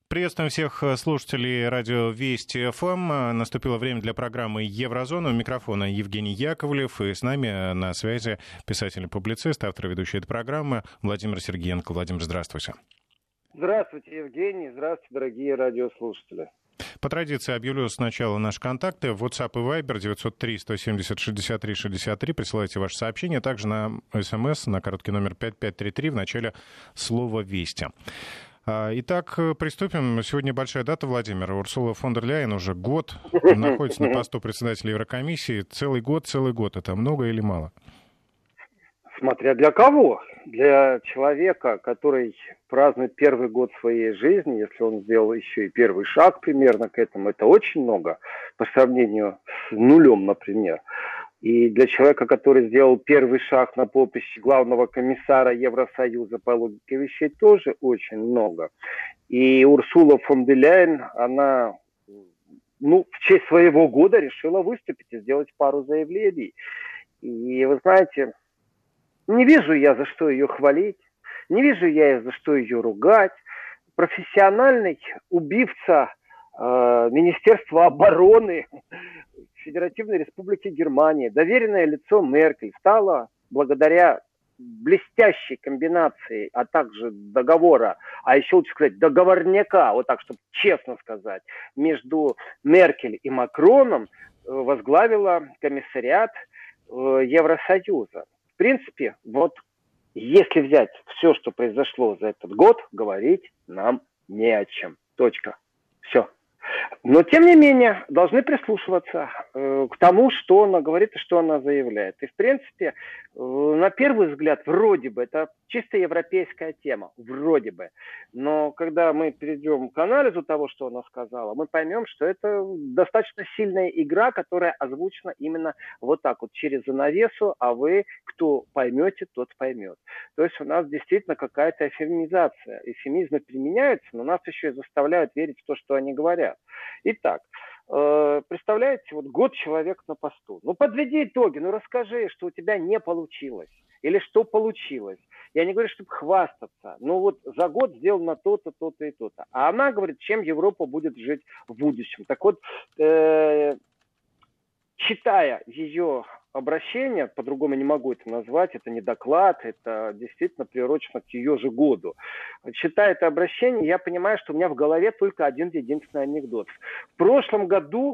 Приветствуем всех слушателей радио Вести ФМ. Наступило время для программы «Еврозона». У микрофона Евгений Яковлев. И с нами на связи писатель и публицист, автор и ведущий этой программы Владимир Сергеенко. Владимир, здравствуйте. Здравствуйте, Евгений. Здравствуйте, дорогие радиослушатели. По традиции объявлю сначала наши контакты. WhatsApp и Viber 903-170-63-63. Присылайте ваши сообщения. Также на СМС на короткий номер 5533 в начале слова «Вести». Итак, приступим. Сегодня большая дата, Владимир. Урсула фон дер Ляйен уже год находится на посту председателя Еврокомиссии. Целый год. Это много или мало? Смотря для кого. Для человека, который празднует первый год своей жизни, если он сделал еще и первый шаг примерно к этому, это очень много по сравнению с нулем, например. И для человека, который сделал первый шаг на поприще главного комиссара Евросоюза по логике вещей, тоже очень много. И Урсула фон дер Ляйен, она в честь своего года решила выступить и сделать пару заявлений. И вы знаете, не вижу я, за что ее хвалить, не вижу я, за что ее ругать. Профессиональный убивца Министерства обороны Федеративной Республики Германия, доверенное лицо Меркель, стало благодаря блестящей комбинации, а также договора, а еще лучше сказать договорняка, вот так, чтобы честно сказать, между Меркель и Макроном, возглавила комиссариат Евросоюза. В принципе, вот если взять все, что произошло за этот год, говорить нам не о чем. Точка. Все. Но, тем не менее, должны прислушиваться к тому, что она говорит и что она заявляет. И, в принципе, на первый взгляд, вроде бы, это чисто европейская тема, вроде бы. Но когда мы перейдем к анализу того, что она сказала, мы поймем, что это достаточно сильная игра, которая озвучена именно вот так вот, через занавесу, а вы, кто поймете, тот поймет. То есть у нас действительно какая-то эвфемизация. Эвфемизмы применяются, но нас еще и заставляют верить в то, что они говорят. Итак, представляете, вот год человек на посту. Подведи итоги, расскажи, что у тебя не получилось. Или что получилось. Я не говорю, чтобы хвастаться. За год сделано то-то, то-то и то-то. А она говорит, чем Европа будет жить в будущем. Так вот, читая ее обращение, по-другому не могу это назвать, это не доклад, это действительно приурочено к ее же году. Читая это обращение, я понимаю, что у меня в голове только один единственный анекдот. В прошлом году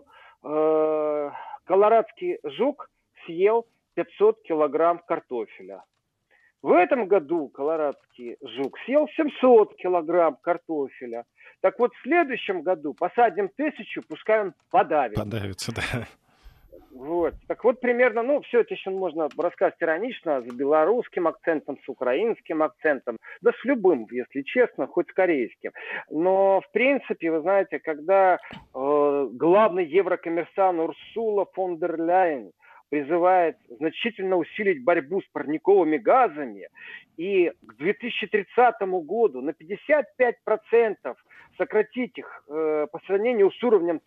колорадский жук съел 500 килограмм картофеля. В этом году колорадский жук съел 700 килограмм картофеля. Так вот, в следующем году посадим 1000, пускай он подавится. Подавится, да. Вот. Так вот, примерно, все это еще можно рассказать иронично, с белорусским акцентом, с украинским акцентом, да с любым, если честно, хоть с корейским. Но, в принципе, вы знаете, когда главный еврокомиссар Урсула фон дер Ляйен призывает значительно усилить борьбу с парниковыми газами и к 2030 году на 55% сократить их по сравнению с уровнем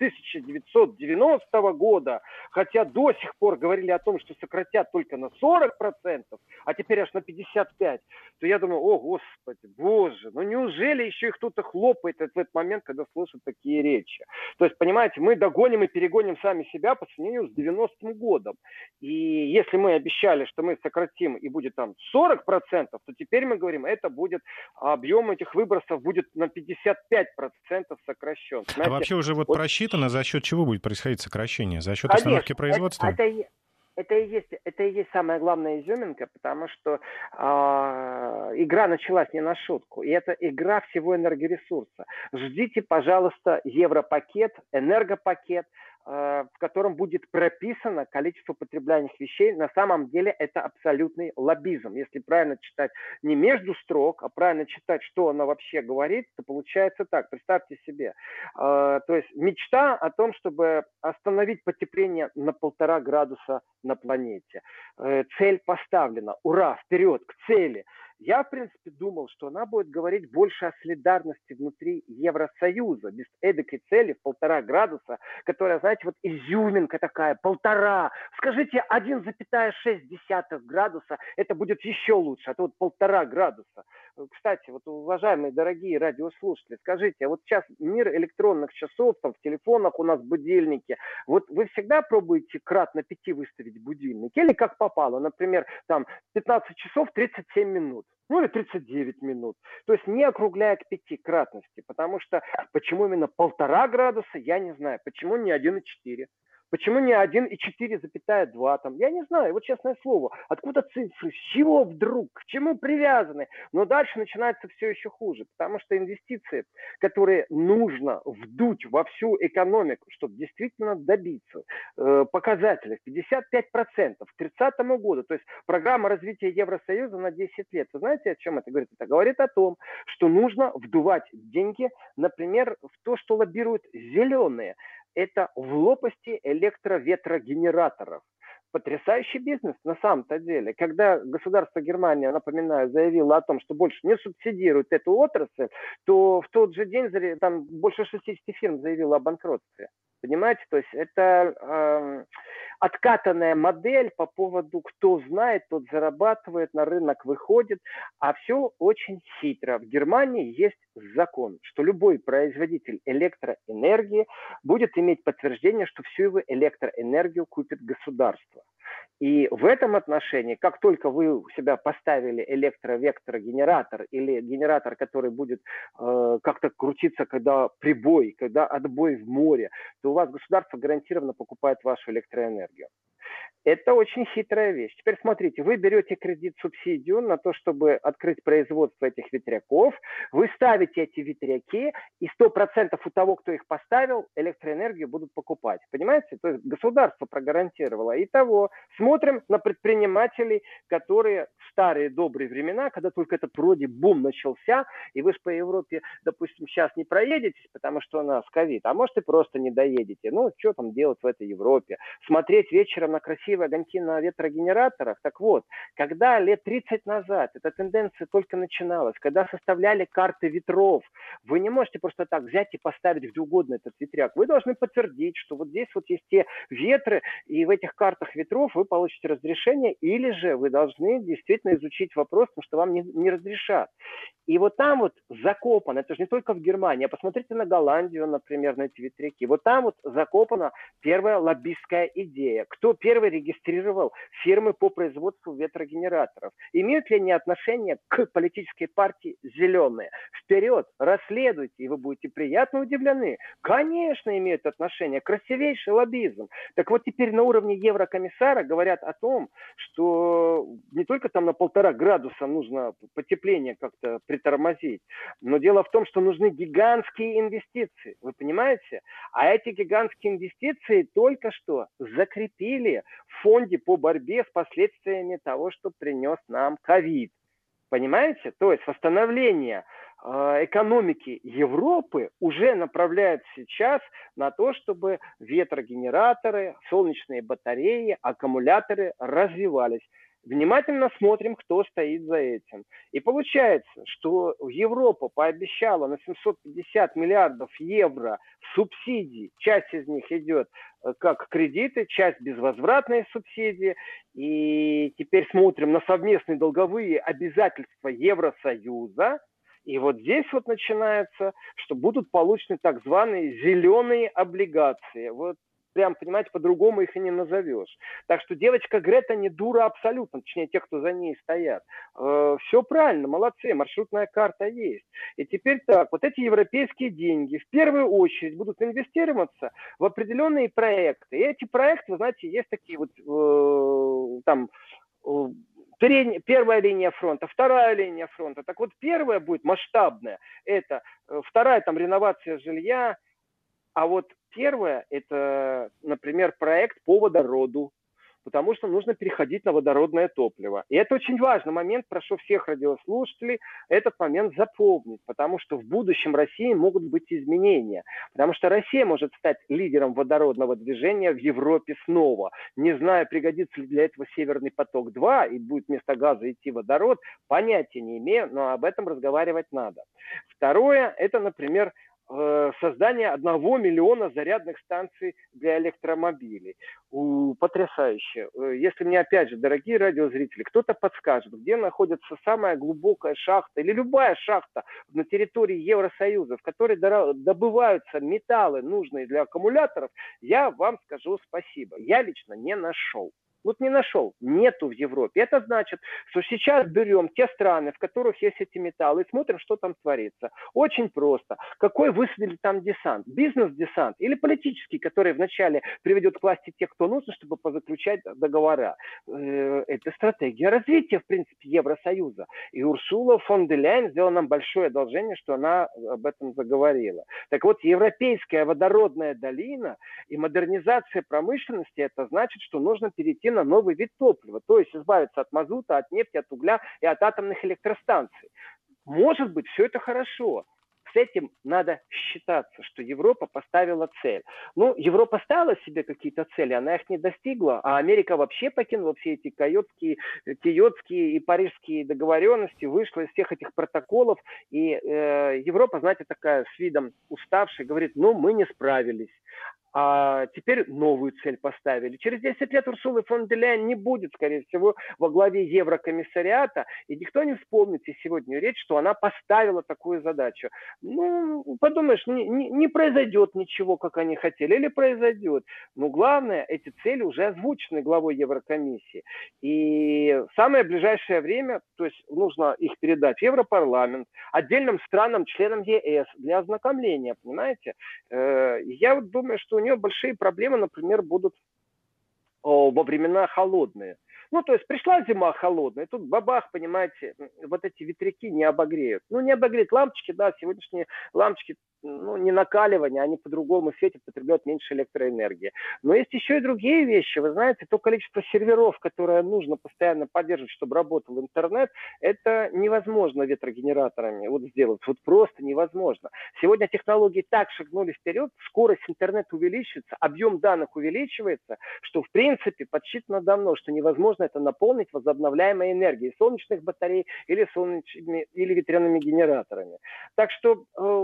1990 года, хотя до сих пор говорили о том, что сократят только на 40%, а теперь аж на 55%, то я думаю, о, Господи, Боже, неужели еще и кто-то хлопает в этот момент, когда слышат такие речи? То есть, понимаете, мы догоним и перегоним сами себя по сравнению с 90-м годом. И если мы обещали, что мы сократим и будет там 40%, то теперь мы говорим, это будет, объем этих выбросов будет на 55% сокращен. Знаете, а вообще уже просчитано, за счет чего будет происходить сокращение? За счет остановки производства? Это и есть самая главная изюминка, потому что игра началась не на шутку. И это игра всего энергоресурса. Ждите, пожалуйста, европакет, энергопакет, в котором будет прописано количество потребляемых вещей. На самом деле это абсолютный лоббизм. Если правильно читать не между строк, а правильно читать, что она вообще говорит, то получается так. Представьте себе. То есть мечта о том, чтобы остановить потепление на 1,5 градуса на планете. Цель поставлена. Ура, вперед, к цели. Я, в принципе, думал, что она будет говорить больше о солидарности внутри Евросоюза, без эдакой цели в 1,5 градуса, которая, знаете, вот изюминка такая, 1,5. Скажите, 1,6 градуса, это будет еще лучше, а то вот 1,5 градуса. Кстати, вот, уважаемые, дорогие радиослушатели, скажите, а вот сейчас мир электронных часов, там в телефонах у нас будильники, вот вы всегда пробуете кратно 5 выставить будильник? Или как попало, например, там 15 часов 37 минут. Ну или 39 минут. То есть не округляя к 5 кратности. Потому что почему именно 1,5 градуса, я не знаю. Почему не 1,4? Почему не 1,4,2 там? Я не знаю, вот честное слово. Откуда цифры? С чего вдруг? К чему привязаны? Но дальше начинается все еще хуже. Потому что инвестиции, которые нужно вдуть во всю экономику, чтобы действительно добиться показателей 55% к 30 году, то есть программа развития Евросоюза на 10 лет. Вы знаете, о чем это говорит? Это говорит о том, что нужно вдувать деньги, например, в то, что лоббируют зеленые. Это в лопасти электроветрогенераторов. Потрясающий бизнес на самом-то деле. Когда государство Германия, напоминаю, заявило о том, что больше не субсидирует эту отрасль, то в тот же день там больше 60 фирм заявило о банкротстве. Понимаете? То есть это откатанная модель по поводу кто знает, тот зарабатывает, на рынок выходит. А все очень хитро. В Германии есть закон, что любой производитель электроэнергии будет иметь подтверждение, что всю его электроэнергию купит государство. И в этом отношении, как только вы у себя поставили электровекторогенератор или генератор, который будет как-то крутиться, когда прибой, когда отбой в море, то у вас государство гарантированно покупает вашу электроэнергию. Это очень хитрая вещь. Теперь смотрите, вы берете кредит, субсидию на то, чтобы открыть производство этих ветряков, вы ставите эти ветряки, и 100% у того, кто их поставил, электроэнергию будут покупать. Понимаете? То есть государство прогарантировало. Итого, смотрим на предпринимателей, которые в старые добрые времена, когда только этот вроде бум начался, и вы же по Европе, допустим, сейчас не проедетесь, потому что у нас ковид, а может и просто не доедете. Ну, что там делать в этой Европе? Смотреть вечером на красивые огоньки на ветрогенераторах. Так вот, когда лет 30 назад эта тенденция только начиналась, когда составляли карты ветров, вы не можете просто так взять и поставить где угодно этот ветряк. Вы должны подтвердить, что вот здесь вот есть те ветры, и в этих картах ветров вы получите разрешение, или же вы должны действительно изучить вопрос, потому что вам не разрешат. И вот там вот закопано, это же не только в Германии, а посмотрите на Голландию, например, на эти ветряки. Вот там вот закопана первая лоббистская идея. Кто первый регистрировал фирмы по производству ветрогенераторов? Имеют ли они отношение к политической партии «Зеленые»? Вперед, расследуйте, и вы будете приятно удивлены. Конечно, имеют отношение. Красивейший лоббизм. Так вот теперь на уровне еврокомиссара говорят о том, что не только там на 1,5 градуса нужно потепление как-то притормозить, но дело в том, что нужны гигантские инвестиции. Вы понимаете? А эти гигантские инвестиции только что закрепили в фонде по борьбе с последствиями того, что принес нам ковид. Понимаете? То есть восстановление экономики Европы уже направляет сейчас на то, чтобы ветрогенераторы, солнечные батареи, аккумуляторы развивались. Внимательно смотрим, кто стоит за этим. И получается, что Европа пообещала на 750 миллиардов евро субсидий. Часть из них идет как кредиты, часть безвозвратные субсидии. И теперь смотрим на совместные долговые обязательства Евросоюза. И вот здесь вот начинается, что будут получены так званые зеленые облигации. Вот прям, понимаете, по-другому их и не назовешь. Так что девочка Грета не дура абсолютно, точнее, те, кто за ней стоят. Все правильно, молодцы, маршрутная карта есть. И теперь так, вот эти европейские деньги в первую очередь будут инвестироваться в определенные проекты. И эти проекты, вы знаете, есть такие вот там... Первая линия фронта, вторая линия фронта. Так вот, первая будет масштабная, это вторая там реновация жилья, а вот первое, это, например, проект по водороду. потому что нужно переходить на водородное топливо. И это очень важный момент, прошу всех радиослушателей этот момент запомнить, потому что в будущем России могут быть изменения, потому что Россия может стать лидером водородного движения в Европе снова. Не знаю, пригодится ли для этого Северный поток-2 и будет вместо газа идти водород, понятия не имею, но об этом разговаривать надо. Второе, это, например, создание 1 миллиона зарядных станций для электромобилей. Потрясающе. Если мне, опять же, дорогие радиозрители, кто-то подскажет, где находится самая глубокая шахта или любая шахта на территории Евросоюза, в которой добываются металлы, нужные для аккумуляторов, я вам скажу спасибо. Я лично не нашел. Вот не нашел, нету в Европе. Это значит, что сейчас берем те страны, в которых есть эти металлы, и смотрим, что там творится. Очень просто. Какой высадили там десант? Бизнес-десант или политический, который вначале приведет к власти тех, кто нужен, чтобы позаключать договора? Это стратегия развития, в принципе, Евросоюза. И Урсула фон дер Ляйен сделала нам большое одолжение, что она об этом заговорила. Так вот, европейская водородная долина и модернизация промышленности, это значит, что нужно перейти на новый вид топлива, то есть избавиться от мазута, от нефти, от угля и от атомных электростанций. Может быть, все это хорошо. С этим надо считаться, что Европа поставила цель. Ну, Европа ставила себе какие-то цели, она их не достигла, а Америка вообще покинула все эти киотские и парижские договоренности, вышла из всех этих протоколов, и Европа, знаете, такая с видом уставшей, говорит, ну, мы не справились. А теперь новую цель поставили. Через 10 лет Урсулы фон дер Ляйен не будет, скорее всего, во главе Еврокомиссариата, и никто не вспомнит из сегодняшнюю речь, что она поставила такую задачу. Ну, подумаешь, не произойдет ничего, как они хотели, или произойдет. Но главное, эти цели уже озвучены главой Еврокомиссии. И в самое ближайшее время, то есть нужно их передать в Европарламент, отдельным странам, членам ЕС для ознакомления, понимаете? Я вот думаю, что у нее большие проблемы, например, будут во времена холодные. Ну, то есть пришла зима холодная, тут бабах, понимаете, вот эти ветряки не обогреют. Ну, не обогреют лампочки, да, сегодняшние лампочки, ну, не накаливание, они по-другому светят, потребляют меньше электроэнергии. Но есть еще и другие вещи. Вы знаете, то количество серверов, которое нужно постоянно поддерживать, чтобы работал интернет, это невозможно ветрогенераторами вот сделать. Вот просто невозможно. Сегодня технологии так шагнули вперед, скорость интернета увеличивается, объем данных увеличивается, что в принципе подсчитано давно, что невозможно это наполнить возобновляемой энергией солнечных батарей или ветряными генераторами. Так что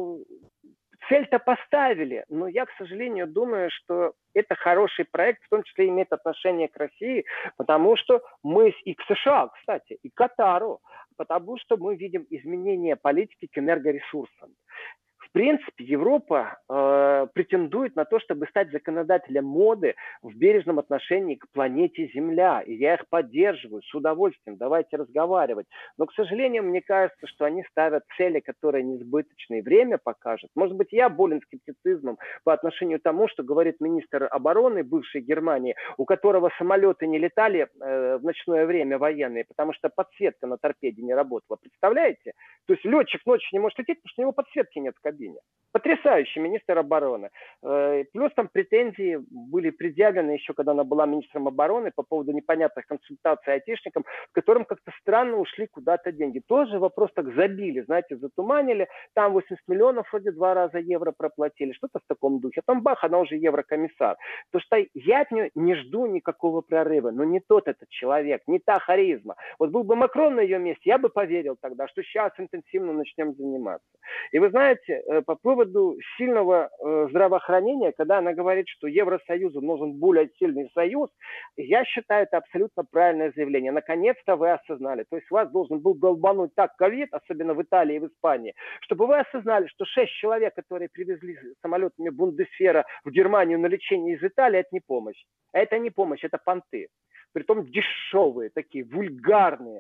цель-то поставили, но я, к сожалению, думаю, что это хороший проект, в том числе имеет отношение к России, потому что мы и к США, кстати, и к Катару, потому что мы видим изменение политики к энергоресурсам. В принципе, Европа претендует на то, чтобы стать законодателем моды в бережном отношении к планете Земля. И я их поддерживаю с удовольствием. Давайте разговаривать. Но, к сожалению, мне кажется, что они ставят цели, которые несбыточные. Время покажет. Может быть, я болен скептицизмом по отношению к тому, что говорит министр обороны бывшей Германии, у которого самолеты не летали в ночное время военные, потому что подсветка на торпеде не работала. Представляете? То есть летчик ночью не может лететь, потому что у него подсветки нет в кабине. Потрясающий министр обороны. Плюс там претензии были предъявлены еще, когда она была министром обороны по поводу непонятных консультаций айтишникам, в котором как-то странно ушли куда-то деньги. Тоже вопрос так забили, знаете, затуманили. Там 80 миллионов вроде 2 раза евро проплатили. Что-то в таком духе. А там бах, она уже еврокомиссар. То что я от нее не жду никакого прорыва. Но не тот этот человек, не та харизма. Вот был бы Макрон на ее месте, я бы поверил тогда, что сейчас интенсивно начнем заниматься. И вы знаете, по поводу сильного здравоохранения, когда она говорит, что Евросоюзу нужен более сильный союз, я считаю, это абсолютно правильное заявление. Наконец-то вы осознали. То есть вас должен был долбануть так ковид, особенно в Италии и в Испании, чтобы вы осознали, что 6 человек, которые привезли самолетами Бундесвера в Германию на лечение из Италии, это не помощь. Это не помощь, это понты. Притом дешевые, такие вульгарные.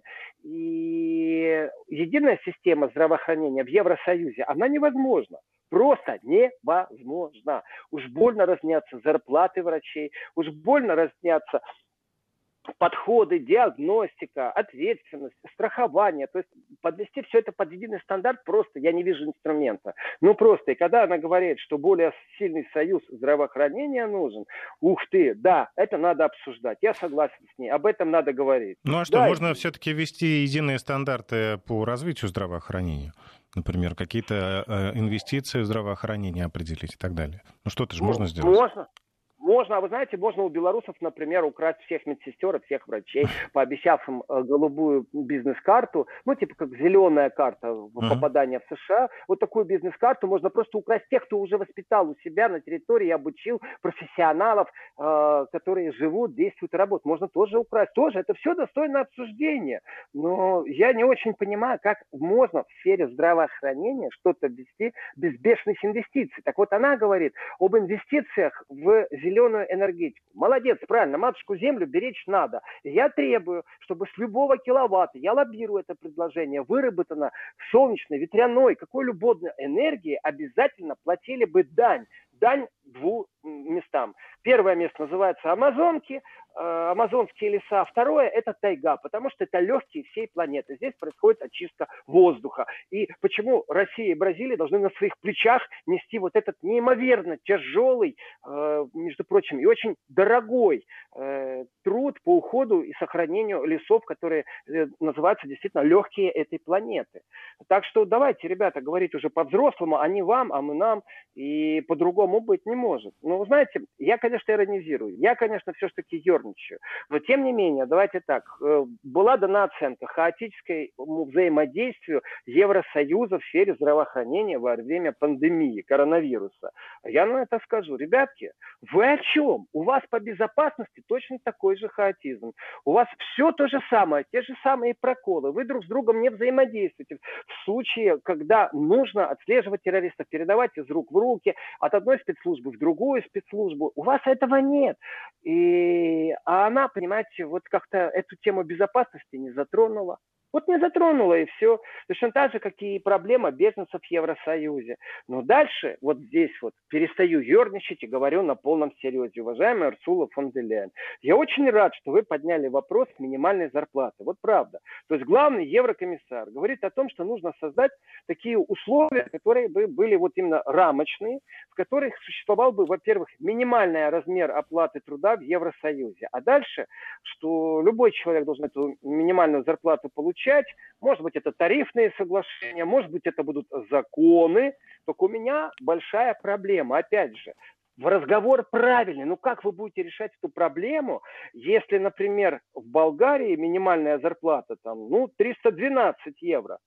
И единая система здравоохранения в Евросоюзе, она невозможна. Просто невозможно. Уж больно разнятся зарплаты врачей, уж больно разнятся подходы, диагностика, ответственность, страхование. То есть подвести все это под единый стандарт просто я не вижу инструмента. Ну просто. И когда она говорит, что более сильный союз здравоохранения нужен, ух ты, да, это надо обсуждать. Я согласен с ней. Об этом надо говорить. Ну а что, Да, можно все-таки ввести единые стандарты по развитию здравоохранения? Например, какие-то инвестиции в здравоохранение определить и так далее. Ну что-то же можно сделать. Можно. Можно, а вы знаете, можно у белорусов, например, украсть всех медсестер, всех врачей, пообещав им голубую бизнес-карту, ну, типа как зеленая карта попадания в США. Вот такую бизнес-карту можно просто украсть тех, кто уже воспитал у себя на территории, обучил профессионалов, которые живут, действуют и работают. Можно тоже украсть. Тоже это все достойно обсуждения. Но я не очень понимаю, как можно в сфере здравоохранения что-то ввести без бешеных инвестиций. Так вот, она говорит об инвестициях в зеленую энергетику. Молодец, правильно, матушку землю беречь надо. Я требую, чтобы с любого киловатта, я лоббирую это предложение, выработано солнечной, ветряной, какой любой энергии обязательно платили бы дань. Дань двум местам. Первое место называется Амазонки, амазонские леса. Второе – это тайга, потому что это легкие всей планеты. Здесь происходит очистка воздуха. И почему Россия и Бразилия должны на своих плечах нести вот этот неимоверно тяжелый, между прочим, и очень дорогой труд по уходу и сохранению лесов, которые называются действительно легкие этой планеты. Так что давайте, ребята, говорить уже по-взрослому, а не вам, а мы нам, и по-другому быть не может. Но, вы знаете, я, конечно, иронизирую, я, конечно, все-таки ерничаю, но, тем не менее, давайте так, была дана оценка хаотическому взаимодействию Евросоюза в сфере здравоохранения во время пандемии коронавируса. Я на это скажу, ребятки, вы о чем? У вас по безопасности точно такой же хаотизм. У вас все то же самое, те же самые проколы. Вы друг с другом не взаимодействуете. В случае, когда нужно отслеживать террористов, передавать из рук в руки, от одной спецслужбы в другую спецслужбу, у вас этого нет. А она, понимаете, вот как-то эту тему безопасности не затронула. Вот не затронула, и все. Точно так же, как и проблема беженцев в Евросоюзе. Но дальше, вот здесь вот, перестаю ерничать и говорю на полном серьезе. Уважаемая Урсула фон дер Ляйен, я очень рад, что вы подняли вопрос минимальной зарплаты. Вот правда. То есть главный еврокомиссар говорит о том, что нужно создать такие условия, которые бы были вот именно рамочные, в которых существовал бы, во-первых, минимальный размер оплаты труда в Евросоюзе. А дальше, что любой человек должен эту минимальную зарплату получать. Может быть, это тарифные соглашения, может быть, это будут законы. Только у меня большая проблема. Опять же, в разговор правильный. Ну, как вы будете решать эту проблему, если, например, в Болгарии минимальная зарплата там, 312 евро.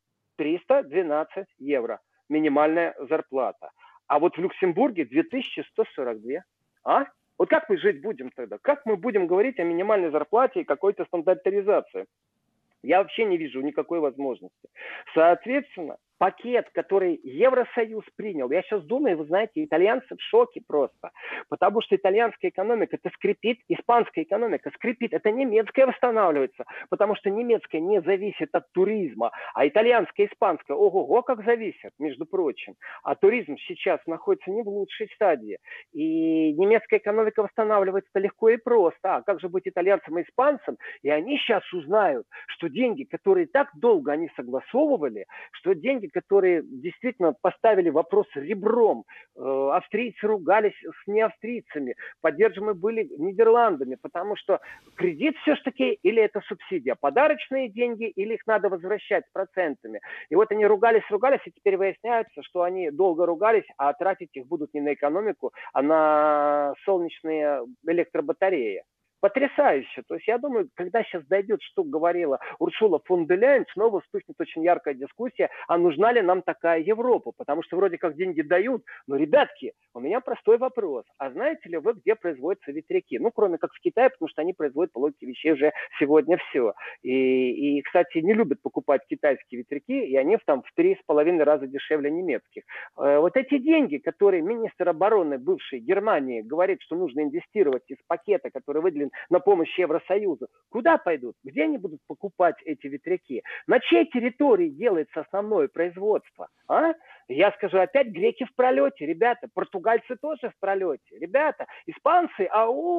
312 евро минимальная зарплата. А вот в Люксембурге 2142. А? Вот как мы жить будем тогда? Как мы будем говорить о минимальной зарплате и какой-то стандартизации? Я вообще не вижу никакой возможности. Соответственно, пакет, который Евросоюз принял, я сейчас думаю, вы знаете, итальянцы в шоке просто, потому что итальянская экономика-то скрипит, испанская экономика скрипит, это немецкая восстанавливается, потому что немецкая не зависит от туризма, а итальянская, испанская, ого-го, как зависят, между прочим. А туризм сейчас находится не в лучшей стадии, и немецкая экономика восстанавливается легко и просто. А как же быть итальянцам и испанцам? И они сейчас узнают, что деньги, которые так долго они согласовывали, что деньги, которые действительно поставили вопрос ребром. Австрийцы ругались с неавстрийцами, поддерживаемы были Нидерландами, потому что кредит все-таки или это субсидия, подарочные деньги или их надо возвращать с процентами. И вот они ругались, и теперь выясняется, что они долго ругались, а тратить их будут не на экономику, а на солнечные электробатареи. Потрясающе. То есть я думаю, когда сейчас дойдет, что говорила Урсула фон дер Ляйен, снова вспыхнет очень яркая дискуссия, а нужна ли нам такая Европа? Потому что вроде как деньги дают, но, ребятки, у меня простой вопрос. А знаете ли вы, где производятся ветряки? Ну, кроме как в Китае, потому что они производят по логике вещей уже сегодня все. И, кстати, не любят покупать китайские ветряки, и они там в 3,5 раза дешевле немецких. Вот эти деньги, которые министр обороны бывшей Германии говорит, что нужно инвестировать из пакета, который выделен на помощь Евросоюзу, куда пойдут? Где они будут покупать эти ветряки? На чьей территории делается основное производство? А? Я скажу, опять греки в пролете, ребята, португальцы тоже в пролете, ребята, испанцы, ау,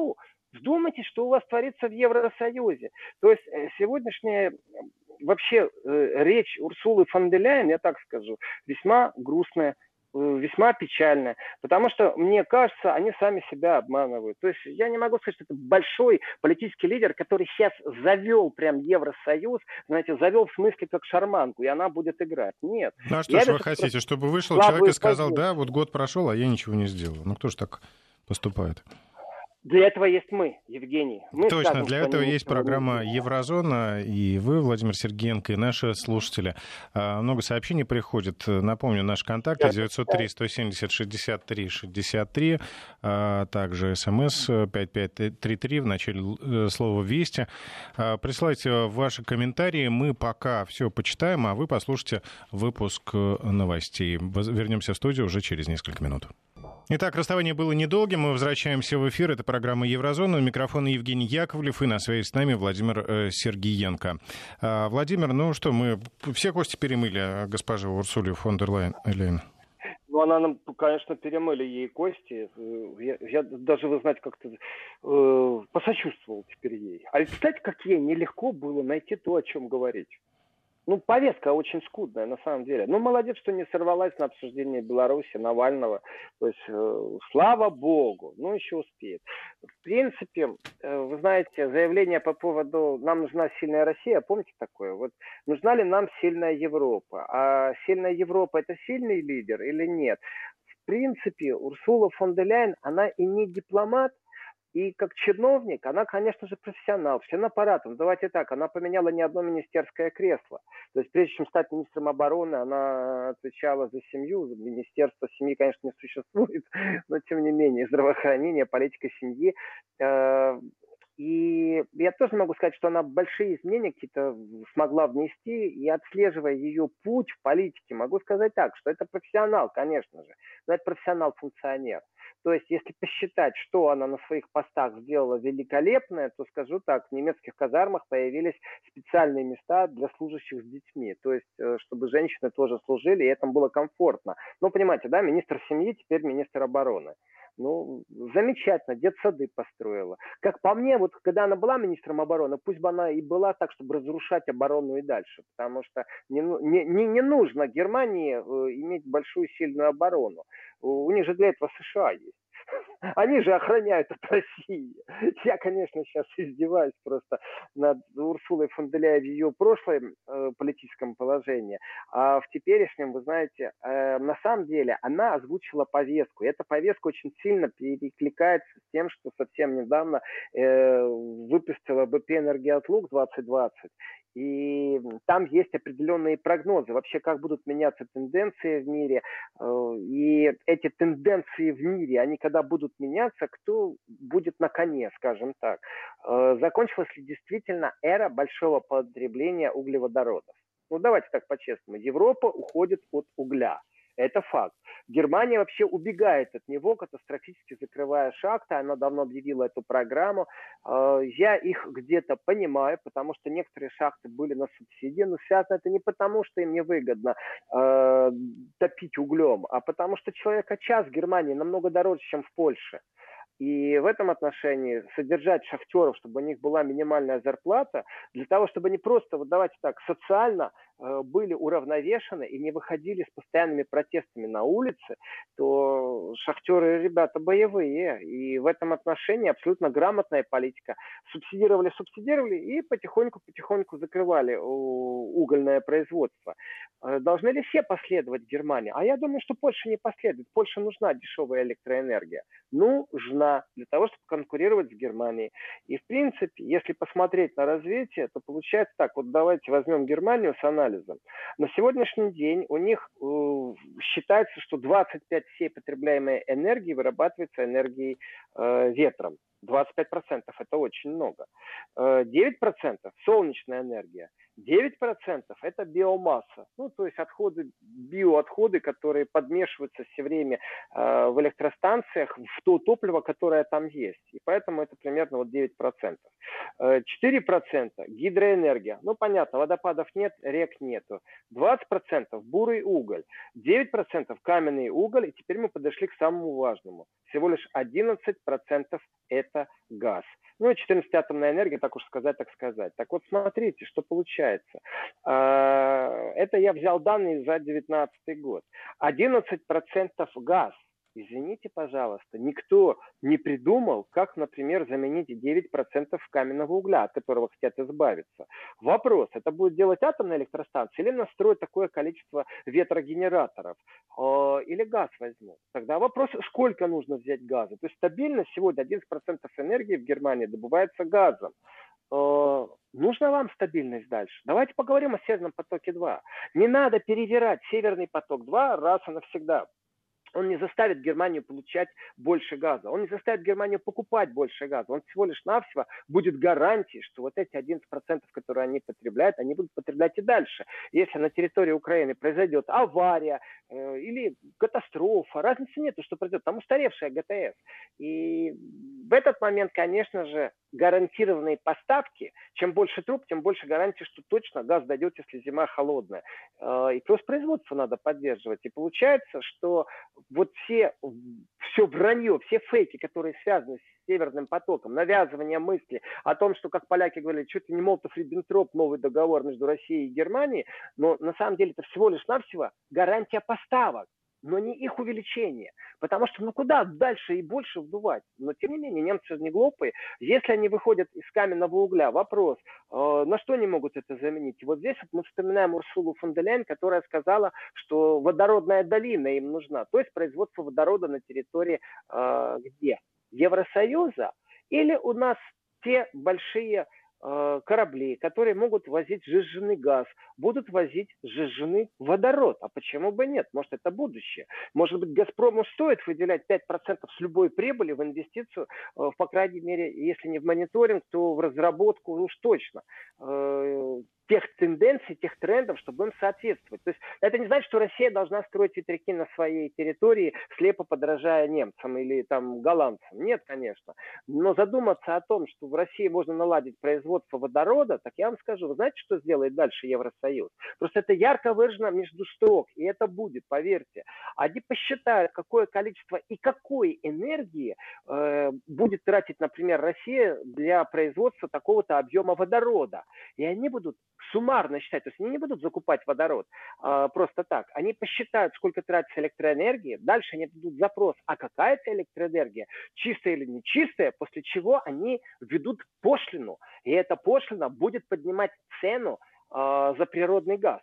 Вдумайтесь, что у вас творится в Евросоюзе. То есть сегодняшняя вообще речь Урсулы фон дер Ляйен, я так скажу, весьма грустная, весьма печальная, потому что, мне кажется, они сами себя обманывают. То есть я не могу сказать, что это большой политический лидер, который сейчас завел прям Евросоюз, знаете, завел в смысле как шарманку, и она будет играть. Нет. Ну а что ж вы хотите, чтобы вышел человек и сказал, да, вот год прошел, а я ничего не сделал. Ну кто ж так поступает? Для этого есть мы, Евгений. Мы Точно, скажем, для этого есть программа «Еврозона», и вы, Владимир Сергеенко, и наши слушатели. Много сообщений приходит. Напомню, наш контакт 903-170-63-63, также СМС 5533 в начале слова «Вести». Присылайте ваши комментарии, мы пока все почитаем, а вы послушайте выпуск новостей. Вернемся в студию уже через несколько минут. Итак, расставание было недолгим. Мы возвращаемся в эфир. Это программа «Еврозона». У микрофона Евгений Яковлев. И на связи с нами Владимир Сергиенко. Владимир, ну что, мы все кости перемыли госпоже Урсуле фон дер Ляйен? Ну, она нам, конечно, перемыли ей кости. Я даже, вы знаете, как-то посочувствовал теперь ей. А кстати, как ей нелегко было найти то, о чем говорить. Ну, повестка очень скудная, на самом деле. Ну, молодец, что не сорвалась на обсуждение Беларуси, Навального. То есть, слава богу, ну, еще успеет. В принципе, вы знаете, заявление по поводу «нам нужна сильная Россия», помните такое? Вот нужна ли нам сильная Европа? А сильная Европа – это сильный лидер или нет? В принципе, Урсула фон дер Ляйен, она и не дипломат, и как чиновник, она, конечно же, профессионал, член аппарата. Ну, давайте так, она поменяла не одно министерское кресло. То есть, прежде чем стать министром обороны, она отвечала за семью. Министерство семьи, конечно, не существует, но, тем не менее, здравоохранение, политика семьи. И я тоже могу сказать, что она большие изменения какие-то смогла внести, и отслеживая ее путь в политике, могу сказать так, что это профессионал, конечно же, но это профессионал-функционер. То есть, если посчитать, что она на своих постах сделала великолепное, то скажу так, в немецких казармах появились специальные места для служащих с детьми. То есть, чтобы женщины тоже служили, и это было комфортно. Ну, понимаете, да, министр семьи, теперь министр обороны. Ну, замечательно, детсады построила. Как по мне, вот когда она была министром обороны, пусть бы она и была так, чтобы разрушать оборону и дальше. Потому что не нужно Германии иметь большую сильную оборону. У них же для этого США есть. Они же охраняют от России. Я, конечно, сейчас издеваюсь просто над Урсулой фон дер Ляйен в ее прошлом политическом положении. А в теперешнем, вы знаете, на самом деле она озвучила повестку. И эта повестка очень сильно перекликается с тем, что совсем недавно выпустила БП «Энергоутлук 2020». И там есть определенные прогнозы, вообще как будут меняться тенденции в мире. И эти тенденции в мире, они когда будут меняться, кто будет на коне, скажем так. Закончилась ли действительно эра большого потребления углеводородов? Ну давайте так по-честному. Европа уходит от угля. Это факт. Германия вообще убегает от него, катастрофически закрывая шахты. Она давно объявила эту программу. Я их где-то понимаю, потому что некоторые шахты были на субсидии, но связано это не потому, что им невыгодно топить углем, а потому что человека-час в Германии намного дороже, чем в Польше. И в этом отношении содержать шахтеров, чтобы у них была минимальная зарплата, для того, чтобы они просто, вот давайте так, социально были уравновешены и не выходили с постоянными протестами на улице, то шахтеры ребята боевые. И в этом отношении абсолютно грамотная политика. Субсидировали и потихоньку закрывали угольное производство. Должны ли все последовать Германии? А я думаю, что Польша не последует. Польше нужна дешевая электроэнергия. Нужна для того, чтобы конкурировать с Германией. И в принципе, если посмотреть на развитие, то получается так. Вот давайте возьмем Германию с анализом. На сегодняшний день у них считается, что 25% всей потребляемой энергии вырабатывается энергией ветром. 25% это очень много. 9% солнечная энергия. 9% это биомасса, ну, то есть биоотходы, которые подмешиваются все время в электростанциях в то топливо, которое там есть. И поэтому это примерно вот 9%. 4% гидроэнергия. Ну, понятно, водопадов нет, рек нету. 20% бурый уголь. 9% каменный уголь. И теперь мы подошли к самому важному. Всего лишь 11% это газ. Ну и 14 атомная энергия, так уж сказать, так сказать. Так вот, смотрите, что получается. Это я взял данные за 2019 год. 11% газ. Извините, пожалуйста, никто не придумал, как, например, заменить 9% каменного угля, от которого хотят избавиться. Вопрос, это будет делать атомная электростанция или настроить такое количество ветрогенераторов? Или газ возьмут? Тогда вопрос, сколько нужно взять газа? То есть стабильно сегодня 11% энергии в Германии добывается газом. Нужна вам стабильность дальше? Давайте поговорим о Северном потоке-2. Не надо перевирать Северный поток-2 раз и навсегда. Он не заставит Германию получать больше газа. Он не заставит Германию покупать больше газа. Он всего лишь навсего будет гарантией, что вот эти 11%, которые они потребляют, они будут потреблять и дальше. Если на территории Украины произойдет авария или катастрофа, разницы нет, что произойдет. Там устаревшая ГТС. И в этот момент, конечно же, гарантированные поставки, чем больше труб, тем больше гарантии, что точно газ дойдет, если зима холодная. И плюс производство надо поддерживать. И получается, что вот все вранье, все фейки, которые связаны с Северным потоком, навязывание мысли о том, что, как поляки говорили, чуть ли не Молотов-Риббентроп, новый договор между Россией и Германией, но на самом деле это всего лишь навсего гарантия поставок, но не их увеличение. Потому что, куда дальше и больше вдувать? Но, тем не менее, немцы не глупые. Если они выходят из каменного угля, вопрос, на что они могут это заменить? И вот здесь вот мы вспоминаем Урсулу фон дер Ляйен, которая сказала, что водородная долина им нужна. То есть производство водорода на территории где? Евросоюза? Или у нас те большие корабли, которые могут возить сжиженный газ, будут возить сжиженный водород. А почему бы нет? Может, это будущее. Может быть, Газпрому стоит выделять 5% с любой прибыли в инвестицию, по крайней мере, если не в мониторинг, то в разработку уж точно тех тенденций, тех трендов, чтобы им соответствовать. То есть это не значит, что Россия должна строить ветряки на своей территории, слепо подражая немцам или там голландцам. Нет, конечно. Но задуматься о том, что в России можно наладить производство водорода, так я вам скажу, вы знаете, что сделает дальше Евросоюз? Просто это ярко выражено между строк, и это будет, поверьте. Они посчитают, какое количество и какой энергии будет тратить, например, Россия для производства такого-то объема водорода. И они будут суммарно считать, то есть они не будут закупать водород просто так. Они посчитают, сколько тратится электроэнергии, дальше они дадут запрос, а какая это электроэнергия, чистая или нечистая, после чего они введут пошлину. И эта пошлина будет поднимать цену за природный газ.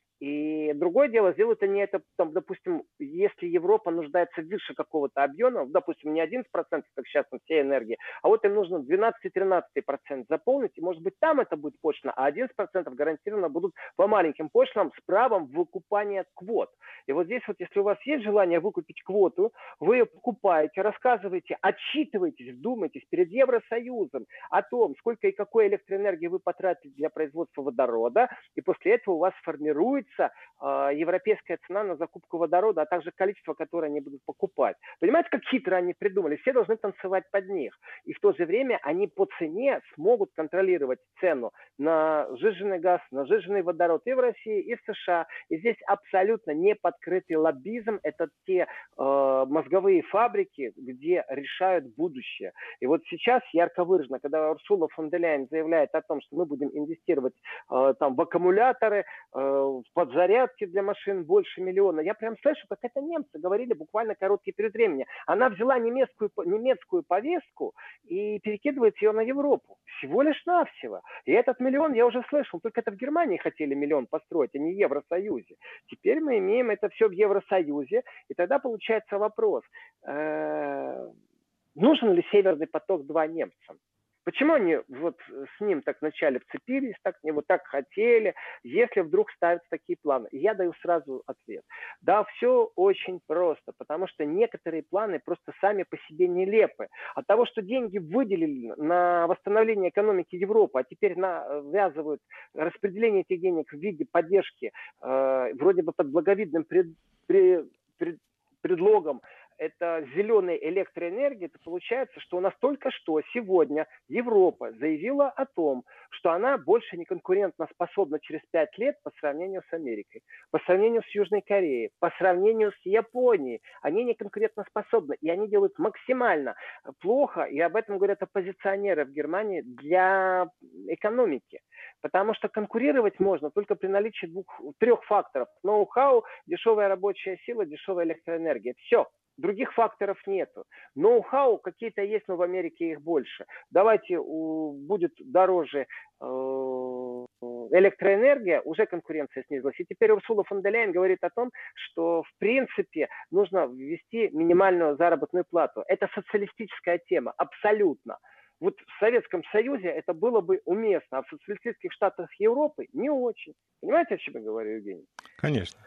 И другое дело, сделают они это, там, допустим, если Европа нуждается выше какого-то объема, допустим, не 11%, как сейчас на всей энергии, а вот им нужно 12-13% заполнить, и, может быть, там это будет пошлина, а 11% гарантированно будут по маленьким пошлинам с правом выкупания квот. И вот здесь вот, если у вас есть желание выкупить квоту, вы ее покупаете, рассказываете, отчитываетесь, вдумайтесь перед Евросоюзом о том, сколько и какой электроэнергии вы потратили для производства водорода, и после этого у вас формируется европейская цена на закупку водорода, а также количество, которое они будут покупать. Понимаете, как хитро они придумали? Все должны танцевать под них. И в то же время они по цене смогут контролировать цену на сжиженный газ, на сжиженный водород и в России, и в США. И здесь абсолютно не подкрытый лоббизм. Это те мозговые фабрики, где решают будущее. И вот сейчас ярко выражено, когда Урсула фон дер Ляйен заявляет о том, что мы будем инвестировать там в аккумуляторы, в подзарядки для машин больше миллиона. Я прям слышу, как это немцы говорили буквально короткий период времени. Она взяла немецкую повестку и перекидывает ее на Европу. Всего лишь навсего. И этот миллион я уже слышал, только это в Германии хотели миллион построить, а не в Евросоюзе. Теперь мы имеем это все в Евросоюзе, и тогда получается вопрос, нужен ли Северный поток-2 немцам? Почему они вот с ним так вначале вцепились, так него так хотели, если вдруг ставятся такие планы? И я даю сразу ответ. Да, все очень просто, потому что некоторые планы просто сами по себе нелепы. От того, что деньги выделили на восстановление экономики Европы, а теперь навязывают распределение этих денег в виде поддержки, вроде бы под благовидным предлогом, это зеленой электроэнергии, то получается, что у нас только что сегодня Европа заявила о том, что она больше не конкурентоспособна через 5 лет по сравнению с Америкой, по сравнению с Южной Кореей, по сравнению с Японией. Они не конкурентоспособны, и они делают максимально плохо, и об этом говорят оппозиционеры в Германии, для экономики. Потому что конкурировать можно только при наличии 3 факторов. Ноу-хау, дешевая рабочая сила, дешевая электроэнергия. Все. Других факторов нету. Ноу-хау какие-то есть, но в Америке их больше. Давайте будет дороже электроэнергия, уже конкуренция снизилась. И теперь Урсула фон дер Ляйен говорит о том, что в принципе нужно ввести минимальную заработную плату. Это социалистическая тема, абсолютно. Вот в Советском Союзе это было бы уместно, а в социалистических штатах Европы не очень. Понимаете, о чем я говорю, Евгений? Конечно.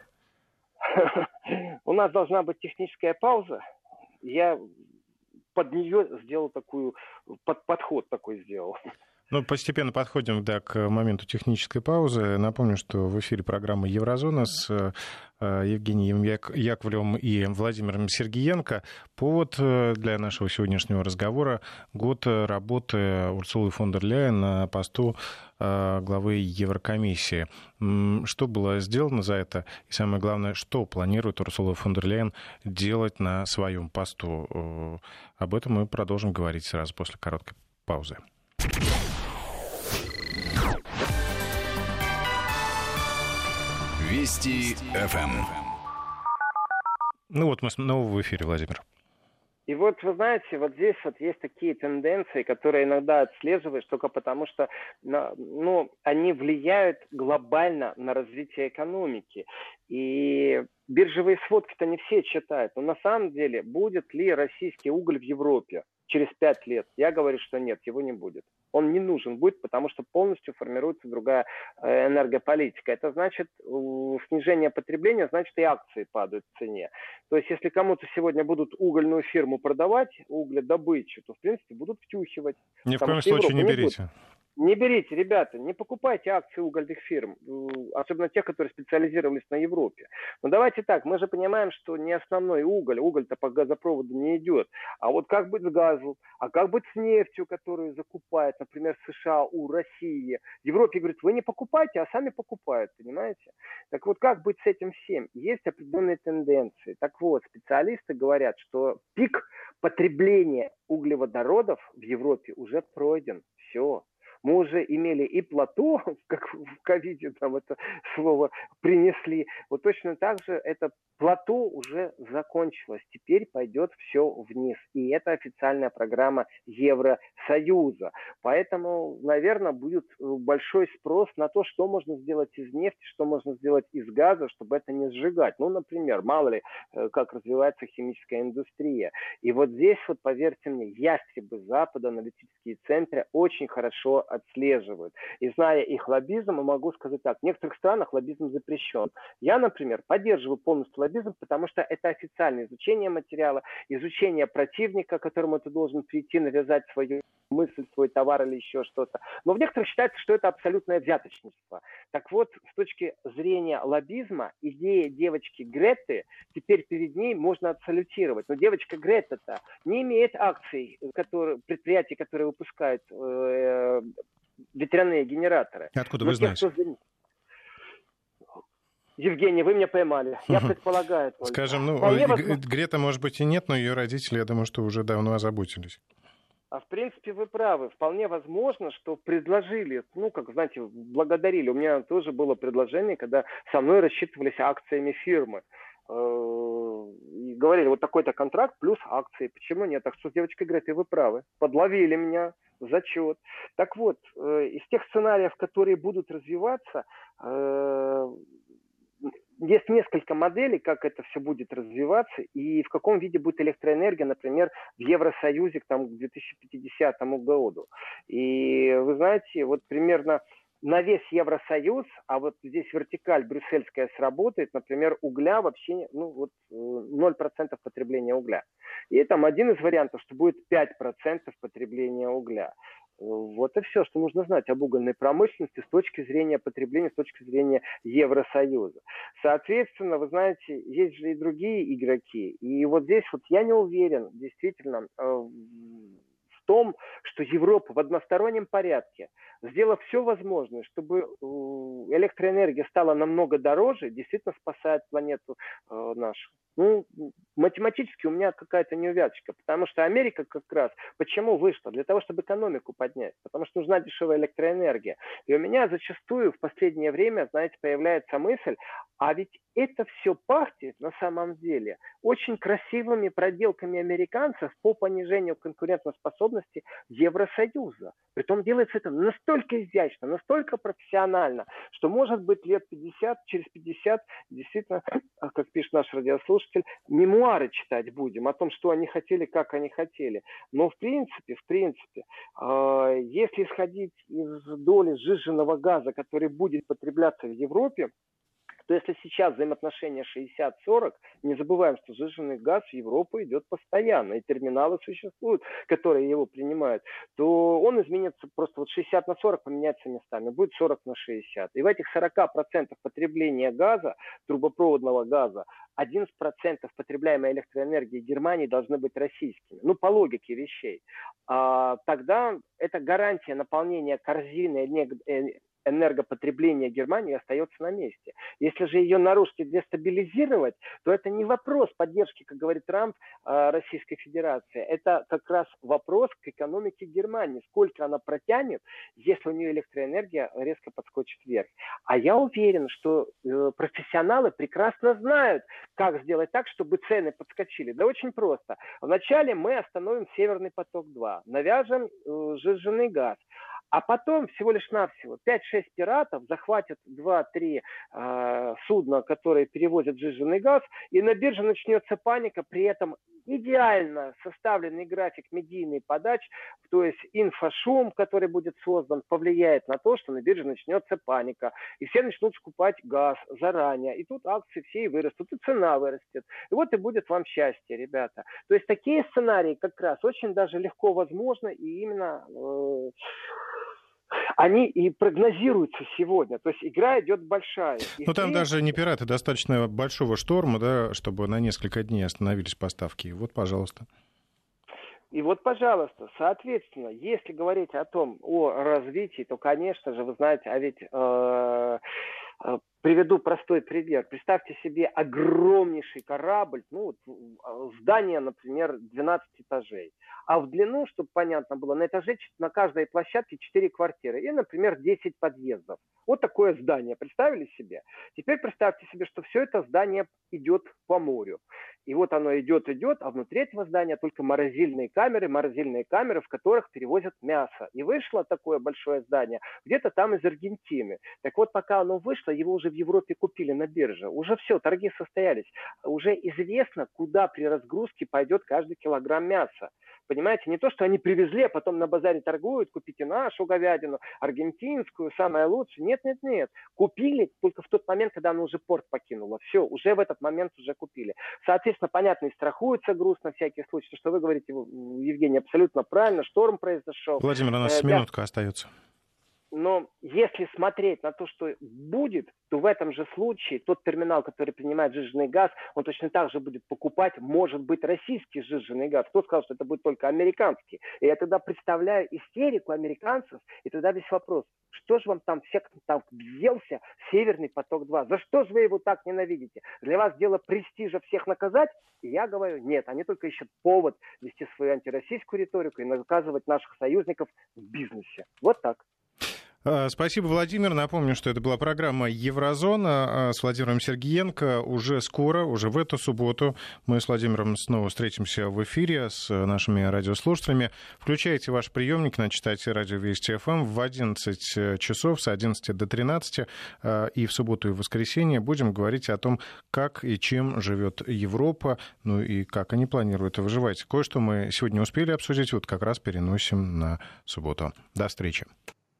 У нас должна быть техническая пауза. Я под нее сделал такую, подход такой сделал. Ну, постепенно подходим, да, к моменту технической паузы. Напомню, что в эфире программа «Еврозона» с Евгением Яковлевым и Владимиром Сергиенко. Повод для нашего сегодняшнего разговора — год работы Урсулы фон дер Ляйен на посту главы Еврокомиссии. Что было сделано за это? И самое главное, что планирует Урсула фон дер Ляйен делать на своем посту? Об этом мы продолжим говорить сразу после короткой паузы. Вести ФМ. Ну вот мы снова в эфире, Владимир. И вот, вы знаете, вот здесь вот есть такие тенденции, которые иногда отслеживаешь только потому, что они влияют глобально на развитие экономики. И биржевые сводки-то не все читают. Но на самом деле, будет ли российский уголь в Европе через 5 лет? Я говорю, что нет, его не будет. Он не нужен будет, потому что полностью формируется другая энергополитика. Это значит снижение потребления, значит и акции падают в цене. То есть если кому-то сегодня будут угольную фирму продавать, угледобычу, то в принципе будут втюхивать. Ни в коем случае не берите. Не берите, ребята, не покупайте акции угольных фирм, особенно тех, которые специализировались на Европе. Но давайте так, мы же понимаем, что не основной уголь-то по газопроводу не идет. А вот как быть с газом, а как быть с нефтью, которую закупают, например, США у России? В Европе говорят, вы не покупайте, а сами покупают, понимаете? Так вот, как быть с этим всем? Есть определенные тенденции. Так вот, специалисты говорят, что пик потребления углеводородов в Европе уже пройден. Все. Мы уже имели и плато, как в ковиде там это слово принесли. Вот точно так же это плато уже закончилось. Теперь пойдет все вниз. И это официальная программа Евросоюза. Поэтому, наверное, будет большой спрос на то, что можно сделать из нефти, что можно сделать из газа, чтобы это не сжигать. Ну, например, мало ли, как развивается химическая индустрия. И вот здесь, вот поверьте мне, ястребы Запада, аналитические центры очень хорошо отслеживают. И зная их лоббизм, могу сказать так, в некоторых странах лоббизм запрещен. Я, например, поддерживаю полностью лоббизм, потому что это официальное изучение материала, изучение противника, которому ты должен прийти, навязать свою мысль, свой товар или еще что-то. Но в некоторых считается, что это абсолютное взяточничество. Так вот, с точки зрения лоббизма, идея девочки Греты, теперь перед ней можно абсолютировать. Но девочка Грета-то не имеет акций, предприятий, которые выпускают ветряные генераторы. Откуда вы знаете? Евгений, вы меня поймали. Я предполагаю только. Скажем, Грета, может быть, и нет, но ее родители, я думаю, что уже давно озаботились. А в принципе вы правы. Вполне возможно, что предложили, благодарили. У меня тоже было предложение, когда со мной рассчитывались акциями фирмы. И говорили, вот такой-то контракт плюс акции. Почему нет? Так что с девочкой Гретой вы правы. Подловили меня. Зачет. Так вот, из тех сценариев, которые будут развиваться, есть несколько моделей, как это все будет развиваться и в каком виде будет электроэнергия, например, в Евросоюзе там, к 2050 году. И вы знаете, вот примерно на весь Евросоюз, а вот здесь вертикаль брюссельская сработает, например, угля вообще, 0% потребления угля. И там один из вариантов, что будет 5% потребления угля. Вот и все, что нужно знать об угольной промышленности с точки зрения потребления, с точки зрения Евросоюза. Соответственно, вы знаете, есть же и другие игроки. И вот здесь вот я не уверен, действительно, в том, что Европа в одностороннем порядке, сделав все возможное, чтобы электроэнергия стала намного дороже, действительно спасает планету нашу. Математически у меня какая-то неувязочка, потому что Америка как раз почему вышла? Для того, чтобы экономику поднять, потому что нужна дешевая электроэнергия. И у меня зачастую в последнее время, знаете, появляется мысль, а ведь это все пахнет на самом деле очень красивыми проделками американцев по понижению конкурентоспособности Евросоюза. Притом делается это настолько изящно, настолько профессионально, что может быть лет 50, через 50 действительно, как пишет наш радиослушатель, мемуары читать будем о том, что они хотели, как они хотели. Но в принципе, если исходить из доли сжиженного газа, который будет потребляться в Европе, то если сейчас взаимоотношение 60-40, не забываем, что сжиженный газ в Европу идет постоянно, и терминалы существуют, которые его принимают, то он изменится просто 60 на 40 поменяется местами, будет 40 на 60. И в этих 40% потребления газа, трубопроводного газа, 11% потребляемой электроэнергии Германии должны быть российскими. По логике вещей. Тогда это гарантия наполнения корзины энергопотребления Германии остается на месте. Если же ее нарушить и дестабилизировать, то это не вопрос поддержки, как говорит Трамп, Российской Федерации. Это как раз вопрос к экономике Германии. Сколько она протянет, если у нее электроэнергия резко подскочит вверх. А я уверен, что профессионалы прекрасно знают, как сделать так, чтобы цены подскочили. Да очень просто. Вначале мы остановим Северный поток-2, навяжем сжиженный газ. А потом всего лишь навсего 5-6 пиратов захватят 2-3 судна, которые перевозят сжиженный газ, и на бирже начнется паника, при этом идеально составленный график медийной подачи, то есть инфошум, который будет создан, повлияет на то, что на бирже начнется паника, и все начнут скупать газ заранее, и тут акции все и вырастут, и цена вырастет. И вот и будет вам счастье, ребята. То есть такие сценарии как раз очень даже легко возможны, и именно они и прогнозируются сегодня. То есть игра идет большая. Там даже не пираты, достаточно большого шторма, да, чтобы на несколько дней остановились поставки. Вот, пожалуйста. И вот, пожалуйста, соответственно, если говорить о развитии, то, конечно же, вы знаете, приведу простой пример. Представьте себе огромнейший корабль, здание, например, 12 этажей. А в длину, чтобы понятно было, на этаже на каждой площадке 4 квартиры и, например, 10 подъездов. Вот такое здание. Представили себе? Теперь представьте себе, что все это здание идет по морю. И вот оно идет, а внутри этого здания только морозильные камеры, в которых перевозят мясо. И вышло такое большое здание где-то там из Аргентины. Так вот, пока оно вышло, его уже в Европе купили на бирже. Уже все, торги состоялись. Уже известно, куда при разгрузке пойдет каждый килограмм мяса. Понимаете, не то, что они привезли, а потом на базаре торгуют, купите нашу говядину, аргентинскую, самое лучшее. Нет. Купили только в тот момент, когда она уже порт покинула. Все, уже в этот момент уже купили. Соответственно, понятно, и страхуется груз на всякий случай. То, что вы говорите, Евгений, абсолютно правильно. Шторм произошел. Владимир, у нас минутка остается. Но если смотреть на то, что будет, то в этом же случае тот терминал, который принимает сжиженный газ, он точно так же будет покупать, может быть, российский сжиженный газ. Кто сказал, что это будет только американский? И я тогда представляю истерику американцев, и тогда весь вопрос, что же вам там всех там взялся Северный поток-2? За что же вы его так ненавидите? Для вас дело престижа всех наказать? И я говорю, нет, они только ищут повод вести свою антироссийскую риторику и наказывать наших союзников в бизнесе. Вот так. Спасибо, Владимир. Напомню, что это была программа «Еврозона» с Владимиром Сергиенко. Уже скоро, уже в эту субботу мы с Владимиром снова встретимся в эфире с нашими радиослушателями. Включайте ваш приемник на частоте радио Вести ФМ в 11 часов с 11 до 13. И в субботу и в воскресенье будем говорить о том, как и чем живет Европа, ну и как они планируют выживать. Кое-что мы сегодня успели обсудить, вот как раз переносим на субботу. До встречи.